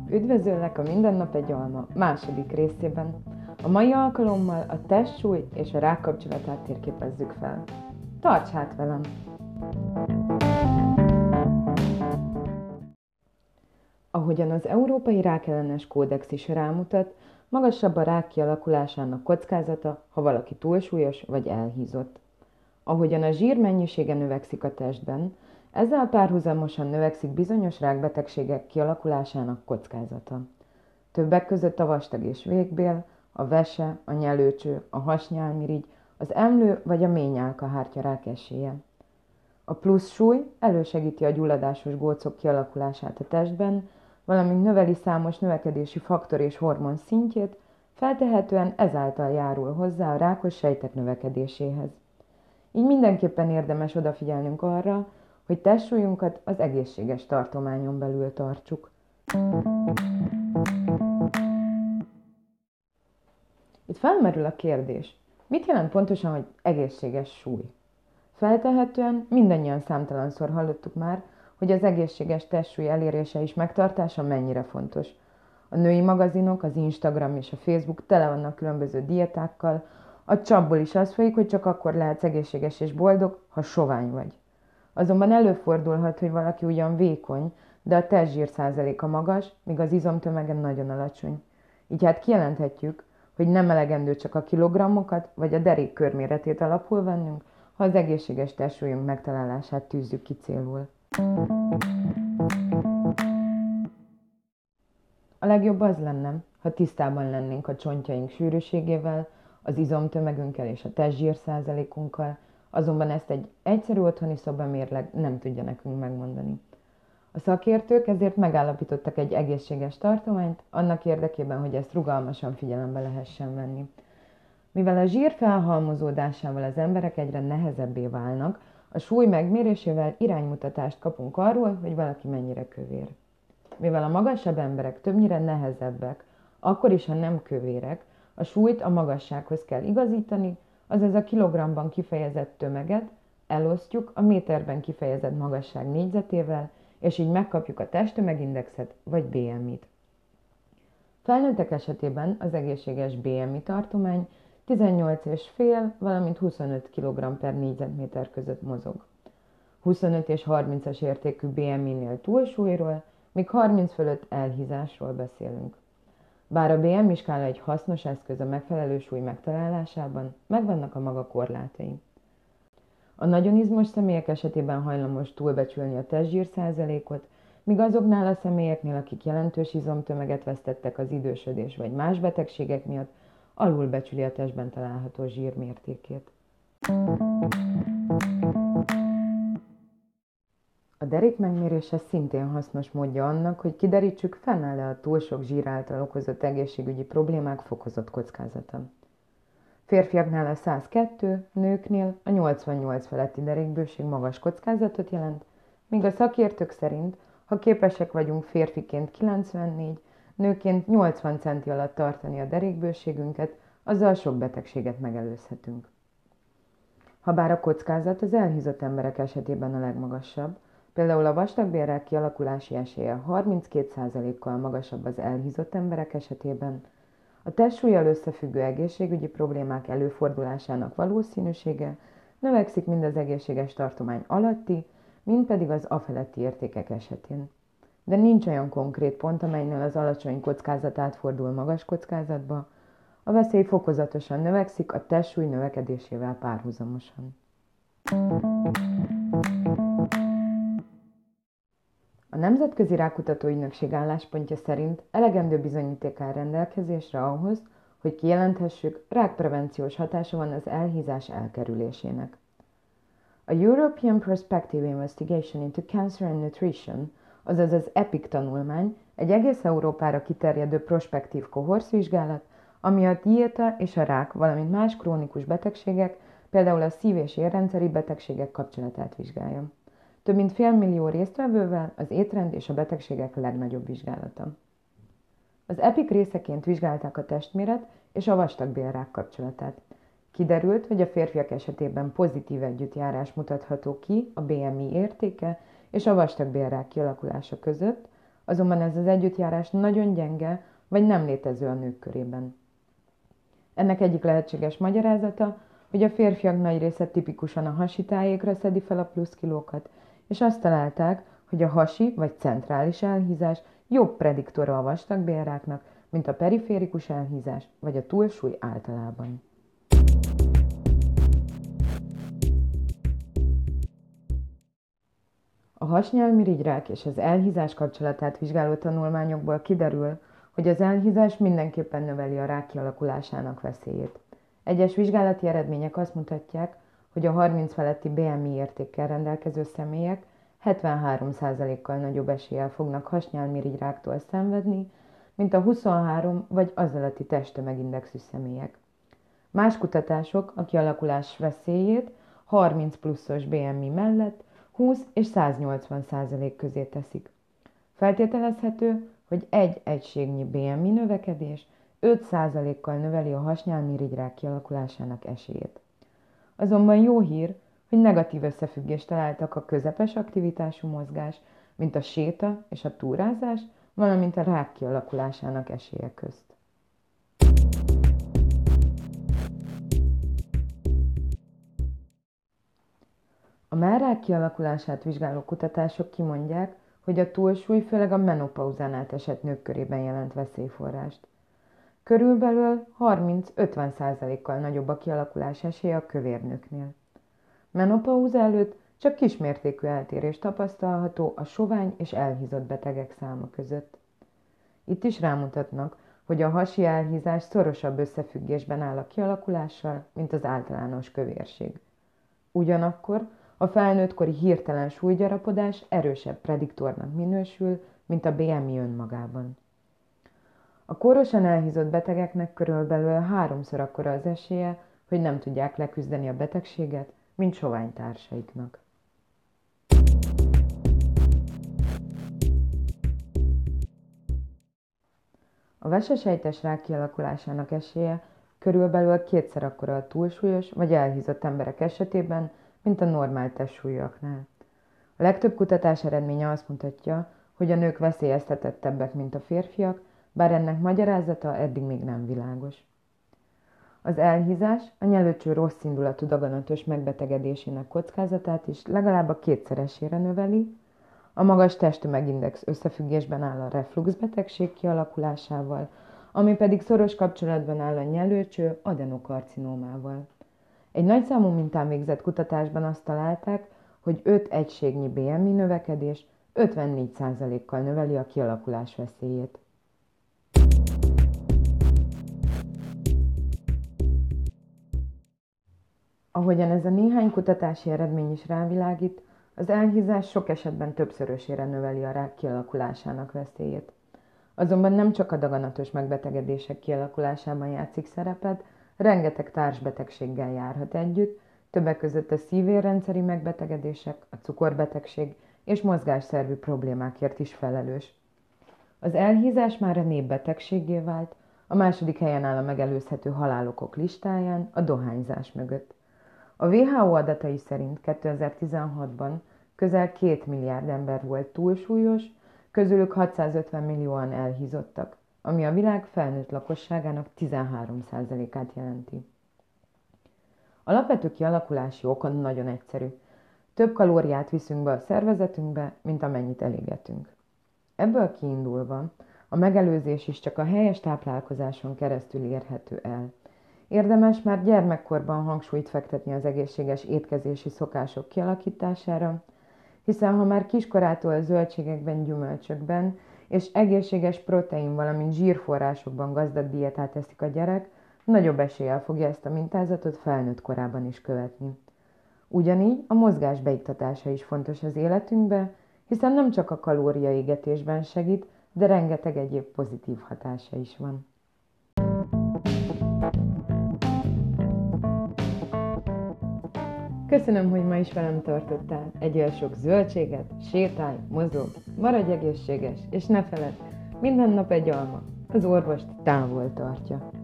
Üdvözöllek a Minden nap egy alma második részében. A mai alkalommal a testsúly és a rák kapcsolatát térképezzük fel. Tarts hát velem! Ahogyan az Európai Rákellenes Kódex is rámutat, magasabb a rák kialakulásának kockázata, ha valaki túlsúlyos vagy elhízott. Ahogyan a zsír mennyisége növekszik a testben, ezzel párhuzamosan növekszik bizonyos rákbetegségek kialakulásának kockázata. Többek között a vastag és végbél, a vese, a nyelőcső, a hasnyálmirigy, az emlő vagy a mély nyálkahártya-rák esélye. A plusz súly elősegíti a gyulladásos gócok kialakulását a testben, valamint növeli számos növekedési faktor és hormon szintjét, feltehetően ezáltal járul hozzá a rákos sejtek növekedéséhez. Így mindenképpen érdemes odafigyelnünk arra, hogy testsúlyunkat az egészséges tartományon belül tartsuk. Itt felmerül a kérdés, mit jelent pontosan, hogy egészséges súly? Feltehetően mindannyian számtalanszor hallottuk már, hogy az egészséges testsúly elérése és megtartása mennyire fontos. A női magazinok, az Instagram és a Facebook tele vannak különböző diétákkal, a csapból is az folyik, hogy csak akkor lehetsz egészséges és boldog, ha sovány vagy. Azonban előfordulhat, hogy valaki ugyan vékony, de a testzsír százaléka magas, míg az izomtömege nagyon alacsony. Így hát kijelenthetjük, hogy nem elegendő csak a kilogrammokat vagy a derék körméretét alapul vennünk, ha az egészséges testsúlyunk megtalálását tűzzük ki célul. A legjobb az lenne, ha tisztában lennénk a csontjaink sűrűségével, az izomtömegünkkel és a testzsír százalékunkkal, azonban ezt egy egyszerű otthoni szobamérleg nem tudja nekünk megmondani. A szakértők ezért megállapítottak egy egészséges tartományt, annak érdekében, hogy ezt rugalmasan figyelembe lehessen venni. Mivel a zsír felhalmozódásával az emberek egyre nehezebbé válnak, a súly megmérésével iránymutatást kapunk arról, hogy valaki mennyire kövér. Mivel a magasabb emberek többnyire nehezebbek, akkor is, ha nem kövérek, a súlyt a magassághoz kell igazítani, azaz a kilogramban kifejezett tömeget elosztjuk a méterben kifejezett magasság négyzetével, és így megkapjuk a testtömegindexet vagy BMI-t. Felnőttek esetében az egészséges BMI tartomány 18,5, valamint 25 kg per négyzetméter között mozog. 25 és 30-as értékű BMI-nél túlsúlyról, míg 30 fölött elhízásról beszélünk. Bár a BMI skála egy hasznos eszköz a megfelelő súly megtalálásában, megvannak a maga korlátai. A nagyon izmos személyek esetében hajlamos túlbecsülni a testzsír százalékot, míg azoknál a személyeknél, akik jelentős izomtömeget vesztettek az idősödés vagy más betegségek miatt, alulbecsüli a testben található zsír mértékét. A derék megmérése szintén hasznos módja annak, hogy kiderítsük, fennáll-e a túl sok zsír által okozott egészségügyi problémák fokozott kockázata. Férfiaknál a 102, nőknél a 88 feletti derékbőség magas kockázatot jelent, míg a szakértők szerint, ha képesek vagyunk férfiként 94, nőként 80 centi alatt tartani a derékbőségünket, azzal sok betegséget megelőzhetünk. Habár a kockázat az elhízott emberek esetében a legmagasabb, például a vastagbélrák kialakulási esélye 32%-kal magasabb az elhízott emberek esetében, a testsúllyal összefüggő egészségügyi problémák előfordulásának valószínűsége növekszik mind az egészséges tartomány alatti, mind pedig az afeletti értékek esetén. De nincs olyan konkrét pont, amelynél az alacsony kockázat átfordul magas kockázatba, a veszély fokozatosan növekszik a testsúly növekedésével párhuzamosan. A Nemzetközi Rákkutató Ügynökség álláspontja szerint elegendő bizonyíték áll rendelkezésre ahhoz, hogy kijelenthessük, rákprevenciós hatása van az elhízás elkerülésének. A European Prospective Investigation into Cancer and Nutrition, azaz az EPIC tanulmány, egy egész Európára kiterjedő prospektív kohorszvizsgálat, ami a diéta és a rák, valamint más krónikus betegségek, például a szív- és érrendszeri betegségek kapcsolatát vizsgálja. Több mint 500 000 résztvevővel az étrend és a betegségek legnagyobb vizsgálata. Az EPIC részeként vizsgálták a testméret és a vastagbélrák kapcsolatát. Kiderült, hogy a férfiak esetében pozitív együttjárás mutatható ki a BMI értéke és a vastagbélrák kialakulása között, azonban ez az együttjárás nagyon gyenge, vagy nem létező a nők körében. Ennek egyik lehetséges magyarázata, hogy a férfiak nagy része tipikusan a hasi tájékra szedi fel a pluszkilókat, és azt találták, hogy a hasi vagy centrális elhízás jobb prediktora a vastagbélráknak, mint a periférikus elhízás vagy a túlsúly általában. A hasnyálmirigyrák és az elhízás kapcsolatát vizsgáló tanulmányokból kiderül, hogy az elhízás mindenképpen növeli a rák kialakulásának veszélyét. Egyes vizsgálati eredmények azt mutatják, hogy a 30 feletti BMI értékkel rendelkező személyek 73%-kal nagyobb eséllyel fognak hasnyálmirigyráktól szenvedni, mint a 23 vagy az alatti testtömegindexű személyek. Más kutatások a kialakulás veszélyét 30 pluszos BMI mellett 20 és 180% közé teszik. Feltételezhető, hogy egy egységnyi BMI növekedés 5%-kal növeli a hasnyálmirigyrák kialakulásának esélyét. Azonban jó hír, hogy negatív összefüggést találtak a közepes aktivitású mozgás, mint a séta és a túrázás, valamint a rák kialakulásának esélye közt. A mellrák kialakulását vizsgáló kutatások kimondják, hogy a túlsúly főleg a menopauzán átesett nők körében jelent veszélyforrást. Körülbelül 30-50%-kal nagyobb a kialakulás esélye a kövér nőknél. Menopauza előtt csak kismértékű eltérés tapasztalható a sovány és elhízott betegek száma között. Itt is rámutatnak, hogy a hasi elhízás szorosabb összefüggésben áll a kialakulással, mint az általános kövérség. Ugyanakkor a felnőttkori hirtelen súlygyarapodás erősebb prediktornak minősül, mint a BMI önmagában. A kórosan elhízott betegeknek körülbelül 3-szor akkora az esélye, hogy nem tudják leküzdeni a betegséget, mint sovány társaiknak. A vesesejtes rák kialakulásának esélye körülbelül 2-szer akkora a túlsúlyos vagy elhízott emberek esetében, mint a normál testsúlyúaknál. A legtöbb kutatás eredménye azt mutatja, hogy a nők veszélyeztetettebbek, mint a férfiak, bár ennek magyarázata eddig még nem világos. Az elhízás a nyelőcső rosszindulatú daganatos megbetegedésének kockázatát is legalább a 2-szeresére növeli, a magas testtömegindex összefüggésben áll a refluxbetegség kialakulásával, ami pedig szoros kapcsolatban áll a nyelőcső adenokarcinómával. Egy nagyszámú mintán végzett kutatásban azt találták, hogy 5 egységnyi BMI növekedés 54%-kal növeli a kialakulás veszélyét. Ahogyan ez a néhány kutatási eredmény is rávilágít, az elhízás sok esetben többszörösére növeli a rák kialakulásának veszélyét. Azonban nem csak a daganatos megbetegedések kialakulásában játszik szerepet, rengeteg társbetegséggel járhat együtt, többek között a szívérrendszeri megbetegedések, a cukorbetegség és mozgásszervi problémákért is felelős. Az elhízás már a népbetegséggé vált, a második helyen áll a megelőzhető halálokok listáján a dohányzás mögött. A WHO adatai szerint 2016-ban közel 2 milliárd ember volt túlsúlyos, közülük 650 millióan elhízottak, ami a világ felnőtt lakosságának 13%-át jelenti. Alapvető kialakulási oka nagyon egyszerű. Több kalóriát viszünk be a szervezetünkbe, mint amennyit elégetünk. Ebből kiindulva a megelőzés is csak a helyes táplálkozáson keresztül érhető el. Érdemes már gyermekkorban hangsúlyt fektetni az egészséges étkezési szokások kialakítására, hiszen ha már kiskorától zöldségekben, gyümölcsökben és egészséges protein, valamint zsírforrásokban gazdag diétát eszik a gyerek, nagyobb eséllyel fogja ezt a mintázatot felnőtt korában is követni. Ugyanígy a mozgás beiktatása is fontos az életünkbe, hiszen nem csak a kalóriaégetésben segít, de rengeteg egyéb pozitív hatása is van. Köszönöm, hogy ma is velem tartottál. Egyél sok zöldséget, sétálj, mozog, maradj egészséges, és ne feledd, minden nap egy alma. Az orvost távol tartja.